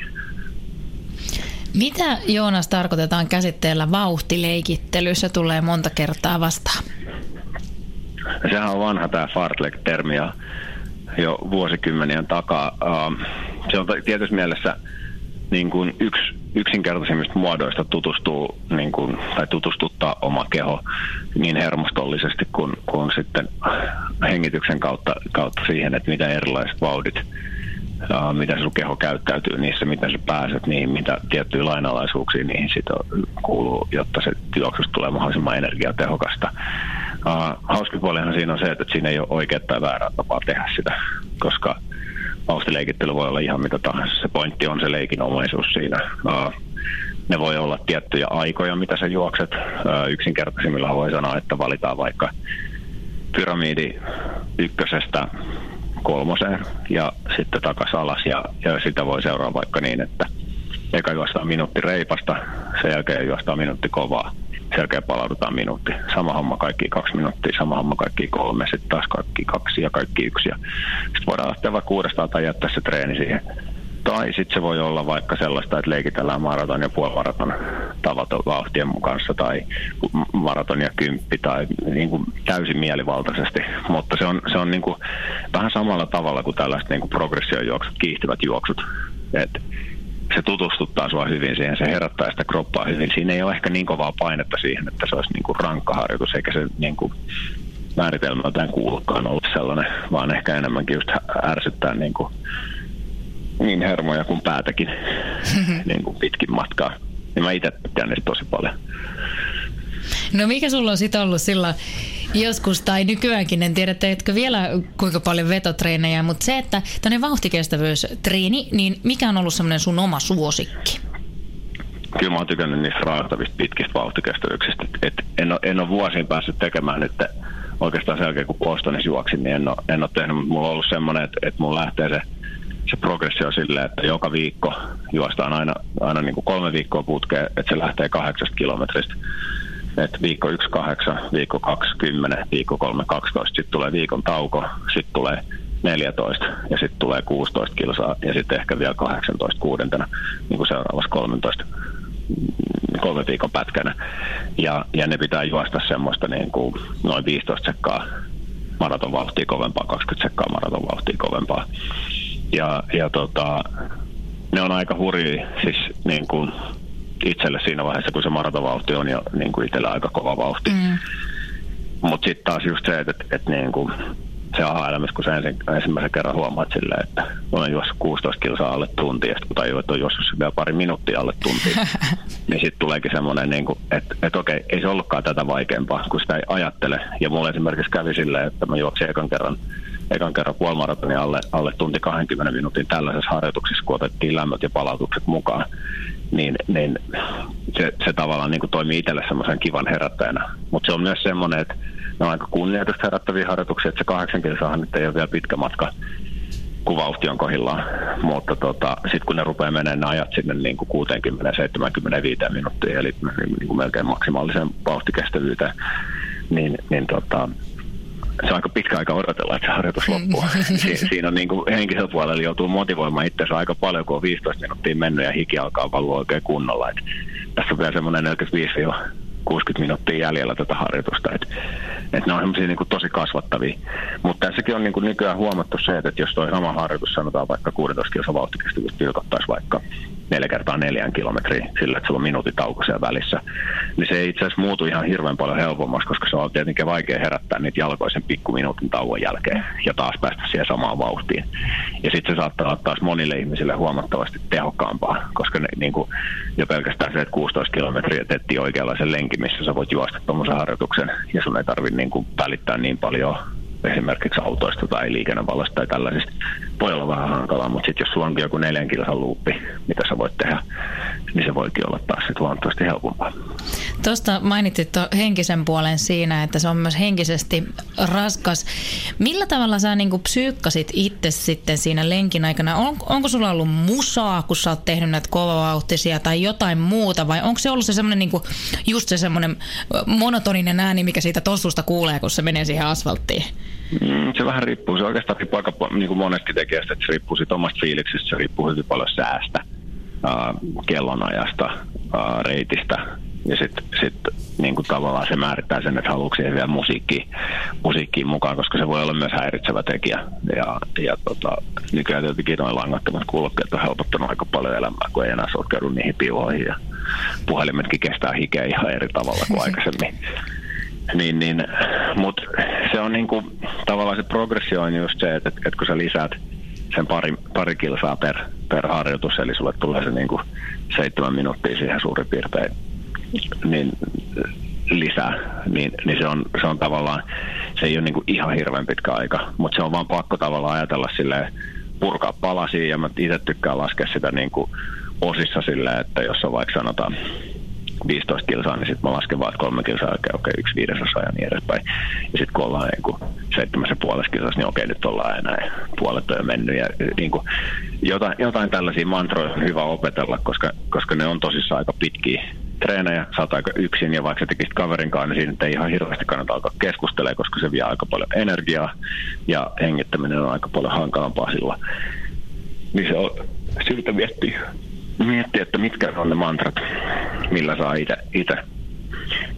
[SPEAKER 1] Mitä, Joonas, tarkoitetaan käsitteellä vauhtileikittely? Se tulee monta kertaa vastaan.
[SPEAKER 3] Sehän on vanha tämä fartlek-termi ja jo vuosikymmenien takaa. Se on tietysti mielessä niin kuin yksi yksinkertaisimmista muodoista tutustuu, niin kuin, tai tutustuttaa oma keho niin hermostollisesti kuin, kuin sitten hengityksen kautta, kautta siihen, että mitä erilaiset vauhdit, Uh, miten sun keho käyttäytyy niissä, miten sä pääset niihin, mitä tiettyjä lainalaisuuksia niihin sit kuuluu, jotta se juoksusta tulee mahdollisimman energiatehokasta. Uh, hauska puolihan siinä on se, että siinä ei ole oikea tai väärää tapaa tehdä sitä, koska vauhtileikittely voi olla ihan mitä tahansa. Se pointti on se leikinomaisuus siinä. Uh, ne voi olla tiettyjä aikoja, mitä sä juokset. Uh, yksinkertaisimmillaan voi sanoa, että valitaan vaikka pyramidi ykkösestä kolmoseen ja sitten takas alas ja, ja sitä voi seuraa vaikka niin, että eka juostaan minuutti reipasta, sen jälkeen juostaan minuutti kovaa, sen jälkeen palaudutaan minuutti. Sama homma kaikki kaksi minuuttia, sama homma kaikki kolme, sitten taas kaikki kaksi ja kaikki yksi. Ja sitten voidaan lähteä vaikka uudestaan tai jättää se treeni siihen. Tai sitten se voi olla vaikka sellaista, että leikitellään maraton ja puolimaraton tavaton vauhtien kanssa tai maraton ja kymppi tai niin kuin täysin mielivaltaisesti. Mutta se on, se on niin kuin vähän samalla tavalla kuin tällaiset niin kuin progressiojuoksut, kiihtyvät juoksut. Et se tutustuttaa sua hyvin siihen, se herättää sitä kroppaa hyvin. Siinä ei ole ehkä niin kovaa painetta siihen, että se olisi niin kuin rankka harjoitus, eikä se niin kuin määritelmältään kuulukaan ollut sellainen, vaan ehkä enemmänkin just ärsyttää niin, kuin, niin hermoja kuin päätäkin niin kuin pitkin matkaa. Ja mä itse tykkään niistä tosi paljon.
[SPEAKER 1] No mikä sulla on sitten ollut sillä joskus tai nykyäänkin, en tiedä, teetkö vielä kuinka paljon vetotreenejä, mutta se, että tämmöinen vauhtikestävyystreeni, niin mikä on ollut semmoinen sun oma suosikki?
[SPEAKER 3] Kyllä mä oon tykännyt niistä raastavista pitkistä vauhtikestävyyksistä. Et en, ole, en ole vuosiin päässyt tekemään nyt oikeastaan sen jälkeen, kun Bostonissa juoksin, niin en ole, en ole tehnyt, mutta mulla on ollut semmoinen, että, että mulla lähtee se, se progressio silleen, että joka viikko juostaan aina, aina niin kuin kolme viikkoa putkeen, että se lähtee kahdeksasta kilometristä. Et viikko yksi kahdeksan, viikko kaksi kymmenen, viikko kolme kaksitoista, sitten tulee viikon tauko, sitten tulee neljätoista ja sitten tulee kuusitoista kilsaa ja sitten ehkä vielä kahdeksantoista kuudentena niin kuin seuraavassa kolmetoista kolme viikon pätkänä. Ja, ja ne pitää juosta semmoista niin kuin noin viisitoista sekkaa maratonvauhtia kovempaa, kaksikymmentä sekkaa maratonvauhtia kovempaa. Ja, ja tota, ne on aika hurjia siis niin kuin itselle siinä vaiheessa, kun se maratonvauhti on jo niin kuin itsellä aika kova vauhti. Mm. Mutta sitten taas just se, että et, et, niin kuin se aha-elämys, kun sä ensin, ensimmäisen kerran huomaat silleen, että olen juossut kuusitoista kilsaa alle tuntia, ja sitten kun tajuu, että on juossut vielä pari minuuttia alle tuntia, niin sitten tuleekin semmoinen, niin kuin, että, että okei, ei se ollutkaan tätä vaikeampaa, kun sitä ei ajattele. Ja mulla esimerkiksi kävi silleen, että mä juoksin ekan kerran, ekan kerran puolimaratonin alle, alle tunti kaksikymmentä minuutin tällaisessa harjoituksessa, kun otettiin lämmöt ja palautukset mukaan. Niin, niin se, se tavallaan niin kuin toimii itselle semmoisen kivan herättäjänä. Mutta se on myös semmoinen, että ne on aika kunnioitusta herättäviä harjoituksia, että se kahdeksan kilsaahan nyt ei ole vielä pitkä matka, kun vauhti on kohdillaan. Mutta tota, sitten kun ne rupeaa menemään ne ajat sinne niin kuin kuusikymmentä seitsemänkymmentäviisi minuuttia, eli niin kuin melkein maksimaaliseen vauhtikestävyyteen, niin, niin tota, se on aika pitkä aika odotella, että se harjoitus loppuu. Si- siinä on niin kuin henkisellä puolella joutuu motivoimaan itseänsä aika paljon, kun on viisitoista minuuttia mennyt ja hiki alkaa valua oikein kunnolla. Et tässä on vielä semmoinen neljäkymmentäviisi kuusikymmentä minuuttia jäljellä tätä harjoitusta. Et, et ne on semmoisia niin kuin tosi kasvattavia. Mutta tässäkin on niin kuin nykyään huomattu se, että jos toi sama harjoitus sanotaan vaikka kuusitoista kilsa vauhtikestävyys pilkottaisi vaikka neljä kertaa neljän kilometriä sillä, että sulla on minuutin tauko siellä välissä, niin se ei itse asiassa muutu ihan hirveän paljon helpommaksi, koska se on tietenkin vaikea herättää niitä jalkoja sen pikkuminuutin tauon jälkeen ja taas päästä siihen samaan vauhtiin. Ja sitten se saattaa olla taas monille ihmisille huomattavasti tehokkaampaa, koska ne, niin kuin jo pelkästään se, että kuusitoista kilometriä tettiin oikeanlaisen lenkin, missä sä voit juosta tuommoisen harjoituksen ja sun ei tarvitse niin kuin välittää niin paljon esimerkiksi autoista tai liikennevalosta tai tällaisista. Voi olla vähän hankalaa, mutta sitten jos sulla onkin joku neljän kilsan luuppi, mitä sä voit tehdä, niin se voikin olla taas sitten huomattavasti helpompaa.
[SPEAKER 1] Tuosta mainitsit henkisen puolen siinä, että se on myös henkisesti raskas. Millä tavalla sä niin kuin psyykkasit itse sitten siinä lenkin aikana? On, onko sulla ollut musaa, kun sä oot tehnyt näitä kovavauhtisia tai jotain muuta, vai onko se ollut se semmoinen niin kuin just se semmoinen monotoninen ääni, mikä siitä tossusta kuulee, kun se menee siihen asfalttiin?
[SPEAKER 3] Mm, se vähän riippuu. Se oikeastaan riippuu aika niin kuin monesti tekijästä, että se riippuu siitä omasta fiiliksestä, se riippuu hyvin paljon säästä, äh, kellonajasta, äh, reitistä ja sitten sit, niin kuin tavallaan se määrittää sen, että haluatko siihen vielä musiikkiin, musiikkiin mukaan, koska se voi olla myös häiritsevä tekijä. Ja, ja tota, nykyään tietenkin noin langattomat kuulokkeet on helpottanut aika paljon elämää, kun ei enää sotkeudu niihin pivoihin ja puhelimetkin kestää hikeä ihan eri tavalla kuin aikaisemmin. Niin, niin, mutta se on niinku, tavallaan se progressio on just se, että, että kun sä lisäät sen pari, pari kilsaa per, per harjoitus, eli sulle tulee se niinku seitsemän minuuttia siihen suurin piirtein niin lisää, niin, niin se, on, se on tavallaan, se ei ole niinku ihan hirveän pitkä aika, mutta se on vaan pakko tavallaan ajatella silleen, purkaa palasia, ja mä itse tykkään laskea sitä niinku osissa silleen, että jos on vaikka sanotaan viisitoista kilsaa, niin sitten mä lasken vaan, että kolme kilsaa, okei, okay, yksi viidesosa ja niin edespäin. Ja sitten kun ollaan niin seitsemässä puolessa kilsassa, niin okei, okay, nyt ollaan enää puolet on jo mennyt. Ja niin kuin, jotain, jotain tällaisia mantroja on hyvä opetella, koska, koska ne on tosissaan aika pitkiä treenejä. Sä oot aika yksin, ja vaikka sä tekisit kaverinkaan, niin siinä ei ihan hirveästi kannata alkaa keskustelemaan, koska se vie aika paljon energiaa, ja hengittäminen on aika paljon hankalampaa silloin. Niin se on syytä miettiä. Miettiä, että mitkä on ne mantrat, millä saa itse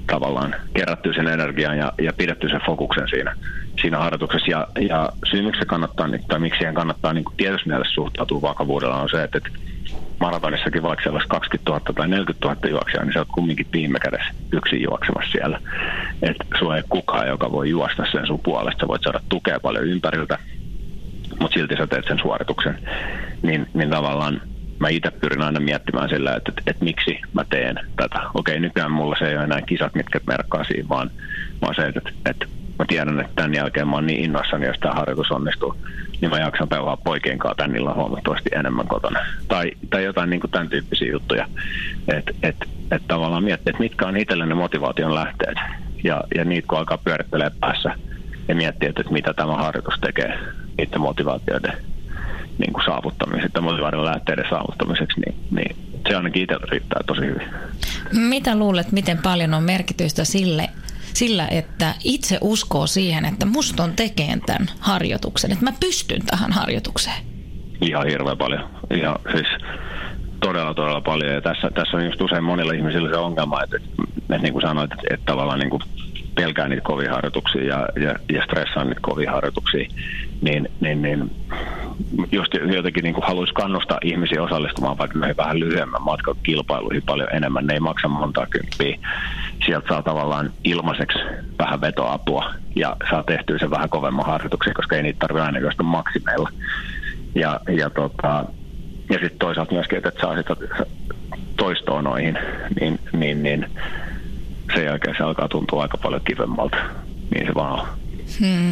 [SPEAKER 3] tavallaan kerättyä sen energian ja, ja pidetty sen fokuksen siinä, siinä harjoituksessa. Ja, ja syy, miksi se kannattaa, tai miksi siihen kannattaa niin tietysti mielessä suhtautua vakavuudella, on se, että, että maratonissakin vaikka sellaista kaksikymmentätuhatta tai neljäkymmentätuhatta juoksijaa, niin sä oot kumminkin viime kädessä yksin juoksemassa siellä. Että sulla ei kukaan, joka voi juosta sen sun puolesta. Sä voit saada tukea paljon ympäriltä, mutta silti sä teet sen suorituksen. Niin, niin tavallaan mä itse pyrin aina miettimään sillä, että, että, että miksi mä teen tätä. Okei, nykyään mulla se ei ole enää kisat, mitkä merkkaa siinä, vaan, vaan se, että, että mä tiedän, että tämän jälkeen mä oon niin innoissani, jos tämä harjoitus onnistuu, niin mä jaksan pelaa poikien kanssa tän illan huomattavasti enemmän kotona. Tai, tai jotain niin kuin tämän tyyppisiä juttuja. Että et, et tavallaan miettiä, että mitkä on itselle ne motivaation lähteet. Ja, ja niitä kun alkaa pyörittelee päässä ja miettiä, että, että mitä tämä harjoitus tekee niiden motivaatioiden niin kuin saavuttamiseksi, tai motivaation lähteiden saavuttamiseksi, niin, niin se ainakin itsellä riittää tosi hyvin.
[SPEAKER 1] Mitä luulet, miten paljon on merkitystä sille, sillä, että itse uskoo siihen, että musta on tekeen tämän harjoituksen, että mä pystyn tähän harjoitukseen?
[SPEAKER 3] Ihan hirveän paljon. Ja siis todella, todella paljon. Ja tässä, tässä on just usein monilla ihmisillä se ongelma, että, että, että niin kuin sanoit, että, että tavallaan niin kuin pelkää niitä kovia harjoituksia ja, ja, ja stressaa niitä kovia harjoituksia, niin, niin, niin just jotenkin niin kuin haluaisi kannustaa ihmisiä osallistumaan vaikka näihin vähän lyhyemmän matkan kilpailuihin paljon enemmän. Ne ei maksa montaa kymppiä. Sieltä saa tavallaan ilmaiseksi vähän vetoapua ja saa tehtyä sen vähän kovemman harjoituksen, koska ei niitä tarvitse aina jostain maksimeilla. Ja, ja, tota, ja sitten toisaalta myöskin, että saa sitä toistoa noihin, niin, niin, niin sen jälkeen se alkaa tuntua aika paljon kivemmalta. Niin se vaan on.
[SPEAKER 1] Hmm.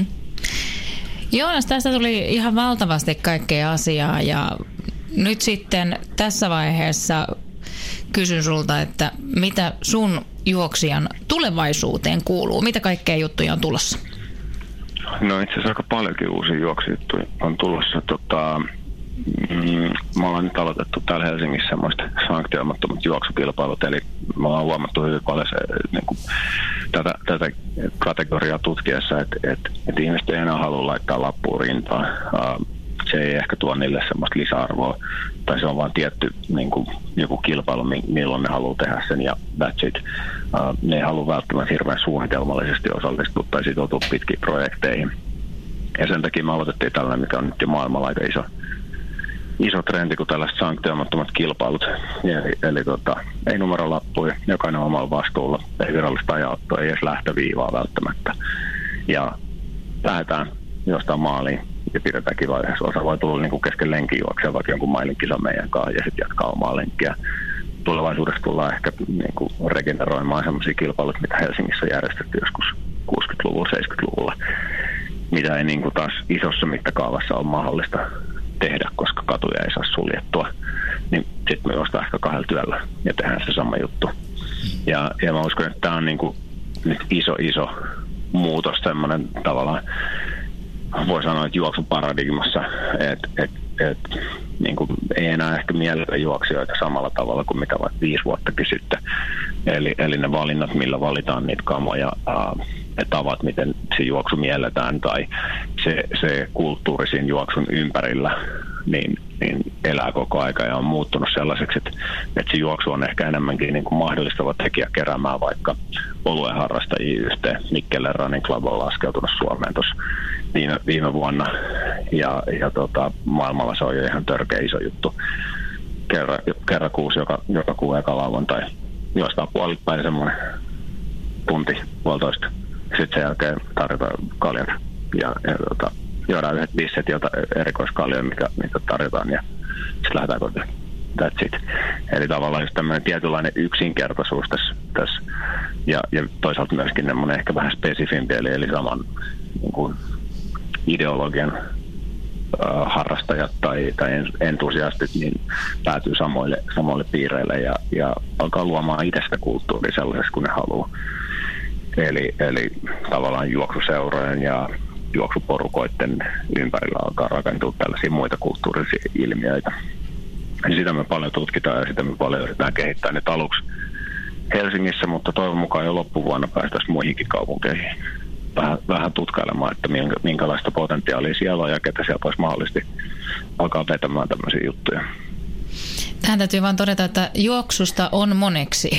[SPEAKER 1] Joonas, tästä tuli ihan valtavasti kaikkea asiaa ja nyt sitten tässä vaiheessa kysyn sulta, että mitä sun juoksijan tulevaisuuteen kuuluu? Mitä kaikkea juttuja on tulossa?
[SPEAKER 3] No itse asiassa aika paljonkin uusia juoksijuttuja on tulossa. Tota, mm, me ollaan nyt aloitettu täällä Helsingissä semmoista sanktioimattomat juoksukilpailut, eli me ollaan huomattu hyvin paljon se, niin kuin, tätä, tätä kategoriaa tutkiessa, että, että, että ihmiset ei enää halua laittaa lappua rintaan. Uh, se ei ehkä tuo niille semmoista lisäarvoa, tai se on vaan tietty niin kuin, joku kilpailu, milloin ne haluaa tehdä sen, ja that's it. Uh, ne ei halua välttämättä hirveän suunnitelmallisesti osallistua tai sitoutua pitkiin projekteihin. Ja sen takia me aloitettiin tällainen, mikä on nyt jo maailmalla aika iso, iso trendi, kuin tällaiset sanktioimattomat kilpailut. Eli, eli tota, ei numerolappuja, jokainen omalla vastuulla, ei virallista ajanottoa, ei edes lähtöviivaa välttämättä. Ja lähdetään jostain maaliin ja pidetään kiva yhdessä. Osa voi tulla niin kuin kesken lenkin juokseen vaikka jonkun mailin kisan meidän kanssa ja sitten jatkaa omaa lenkkiä. Tulevaisuudessa tullaan ehkä niin kuin regeneroimaan sellaisia kilpailuja, mitä Helsingissä on järjestetty joskus kuusikymmentäluvulla, seitsemänkymmentäluvulla, mitä ei niin kuin taas isossa mittakaavassa ole mahdollista tehdä, koska katuja ei saa suljettua. Niin sitten me juostaan ehkä kahdella työllä ja tehdään se sama juttu. Ja, ja mä uskon, että tämä on niin kuin nyt iso, iso muutos semmoinen tavallaan, voi sanoa, että juoksun paradigmassa, että et, et, niin kuin ei enää ehkä mielellä juoksijoita samalla tavalla kuin mitä vaikka viisi vuottakin sitten. Eli, eli ne valinnat, millä valitaan niitä kamoja, ää, ne tavat, miten se juoksu mielletään tai se, se kulttuuri siinä juoksun ympärillä, niin, niin elää koko aika ja on muuttunut sellaiseksi, että, että se juoksu on ehkä enemmänkin niin kuin mahdollistava tekijä keräämään vaikka oluen harrastajia yhteen. Mikkelen Running Club on laskeutunut Suomeen tuossa viime, viime vuonna ja, ja tota, maailmalla se on jo ihan törkeä iso juttu. Kerran, kerran kuusi joka, joka kuu eka lauantai juostaan puolipäin semmoinen tunti, puolitoista. Sitten sen jälkeen tarjotaan kaljat ja, ja tota, juodaan yhdet bisset, jota erikoiskaljoja, mikä, mikä tarjotaan, ja sitten lähdetään kotiin. That's it. Eli tavallaan just tämmöinen tietynlainen yksinkertaisuus tässä, tässä. Ja, ja toisaalta myöskin semmoinen ehkä vähän spesifimpi, eli, eli saman niin kuin ideologian äh, harrastajat tai, tai entusiastit niin päätyy samoille, samoille piireille ja, ja alkaa luomaan itsestä kulttuuria sellaisessa, kun ne haluaa. Eli, eli tavallaan juoksuseurojen ja juoksuporukoiden ympärillä alkaa rakentua tällaisia muita kulttuurisia ilmiöitä. Ja sitä me paljon tutkitaan ja sitä me paljon yritetään kehittää nyt aluksi Helsingissä, mutta toivon mukaan jo loppuvuonna päästäisiin muihinkin kaupunkeihin vähän, vähän tutkailemaan, että minkälaista potentiaalia siellä on ja ketä sieltä olisi mahdollisesti alkaa vetämään tämmöisiä juttuja.
[SPEAKER 1] Tähän täytyy vaan todeta, että juoksusta on moneksi.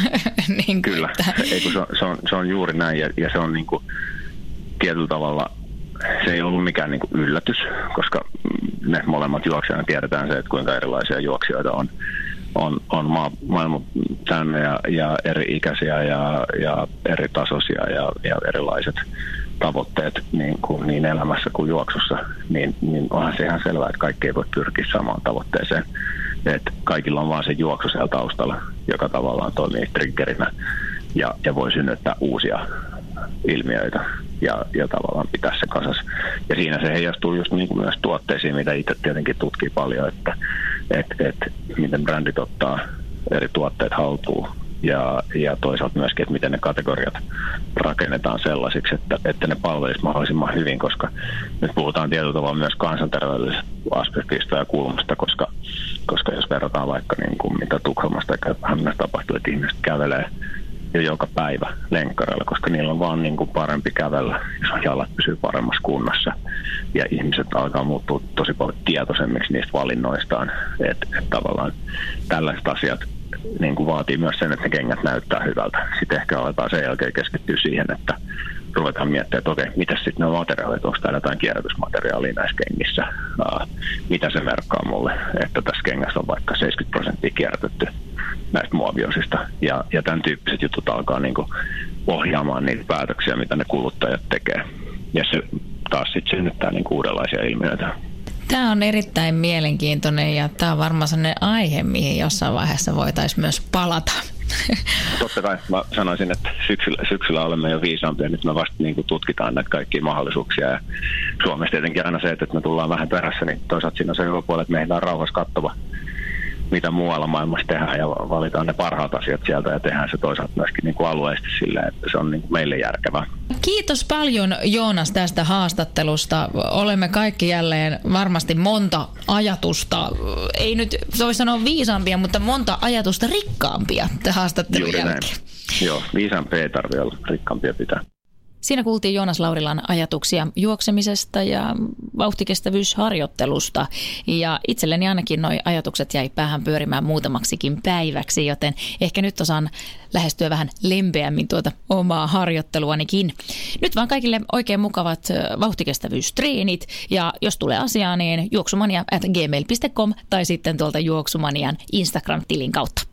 [SPEAKER 1] niin
[SPEAKER 3] Kyllä, ei, kun se, on, se, on, se on juuri näin ja, ja se on niin kuin tietyllä tavalla, se ei ollut mikään niin kuin yllätys, koska me molemmat juoksijana tiedetään se, että kuinka erilaisia juoksijoita on. On, on maa, maailman täynnä ja, ja eri ikäisiä ja, ja eri tasoisia ja, ja erilaiset tavoitteet niin, kuin niin elämässä kuin juoksussa, niin, niin onhan se ihan selvää, että kaikki ei voi pyrkiä samaan tavoitteeseen. Että kaikilla on vaan se juoksu siellä taustalla, joka tavallaan toimii triggerinä ja, ja voi synnyttää uusia ilmiöitä ja, ja tavallaan pitää se kasassa. Ja siinä se heijastuu just niin kuin myös tuotteisiin, mitä itse tietenkin tutkii paljon, että et, et, miten brändit ottaa eri tuotteet haltuun ja, ja toisaalta myöskin, että miten ne kategoriat rakennetaan sellaisiksi, että, että ne palvelisi mahdollisimman hyvin, koska nyt puhutaan tietyllä tavalla myös kansanterveydellisestä aspektista ja kulmasta, koska, koska jos verrataan vaikka niin kuin mitä Tukholmasta ja Kööpenhaminassa tapahtuu, että ihmiset kävelee jo joka päivä lenkkareilla, koska niillä on vaan niin kuin parempi kävellä, jos jalat pysyy paremmassa kunnossa. Ja ihmiset alkaa muuttua tosi paljon tietoisemmiksi niistä valinnoistaan. Että et tavallaan tällaiset asiat niin kuin vaatii myös sen, että ne kengät näyttää hyvältä. Sitten ehkä aletaan sen jälkeen keskittyä siihen, että ruvetaan miettimään, että okei, mitä sitten ne materiaalit, onko täällä jotain kierrätysmateriaalia näissä kengissä, uh, mitä se merkkaa mulle, että tässä kengässä on vaikka seitsemänkymmentä prosenttia kierrätetty näistä muoviosista, ja, ja tämän tyyppiset jutut alkaa niin kuin ohjaamaan niitä päätöksiä, mitä ne kuluttajat tekee, ja se taas sitten synnyttää niin kuin uudenlaisia ilmiöitä.
[SPEAKER 1] Tämä on erittäin mielenkiintoinen ja tämä on varmaan sellainen aihe, mihin jossain vaiheessa voitaisiin myös palata.
[SPEAKER 3] Totta kai mä sanoisin, että syksyllä, syksyllä olemme jo viisaampia. Nyt me vasta niin kuin tutkitaan näitä kaikkia mahdollisuuksia. Ja Suomessa tietenkin aina se, että me tullaan vähän perässä, niin toisaalta siinä on se hyvä puoli, että meillä on rauhassa kattava, mitä muualla maailmassa tehdään ja valitaan ne parhaat asiat sieltä ja tehdään se toisaalta myöskin niin kuin alueellisesti silleen, että se on niin kuin meille järkevää.
[SPEAKER 1] Kiitos paljon Joonas tästä haastattelusta. Olemme kaikki jälleen varmasti monta ajatusta, ei nyt voi sanoa viisaampia, mutta monta ajatusta rikkaampia tämän haastattelun
[SPEAKER 3] Juuri
[SPEAKER 1] jälkeen.
[SPEAKER 3] Näin. Joo, viisaampia ei tarvitse olla, rikkaampia pitää.
[SPEAKER 1] Siinä kuultiin Joonas Laurilan ajatuksia juoksemisesta ja vauhtikestävyysharjoittelusta. Ja itselleni ainakin nuo ajatukset jäi päähän pyörimään muutamaksikin päiväksi, joten ehkä nyt osaan lähestyä vähän lempeämmin tuota omaa harjoitteluanikin. Nyt vaan kaikille oikein mukavat vauhtikestävyystreenit ja jos tulee asiaa, niin juoksumania at gmail piste com tai sitten tuolta Juoksumanian Instagram-tilin kautta.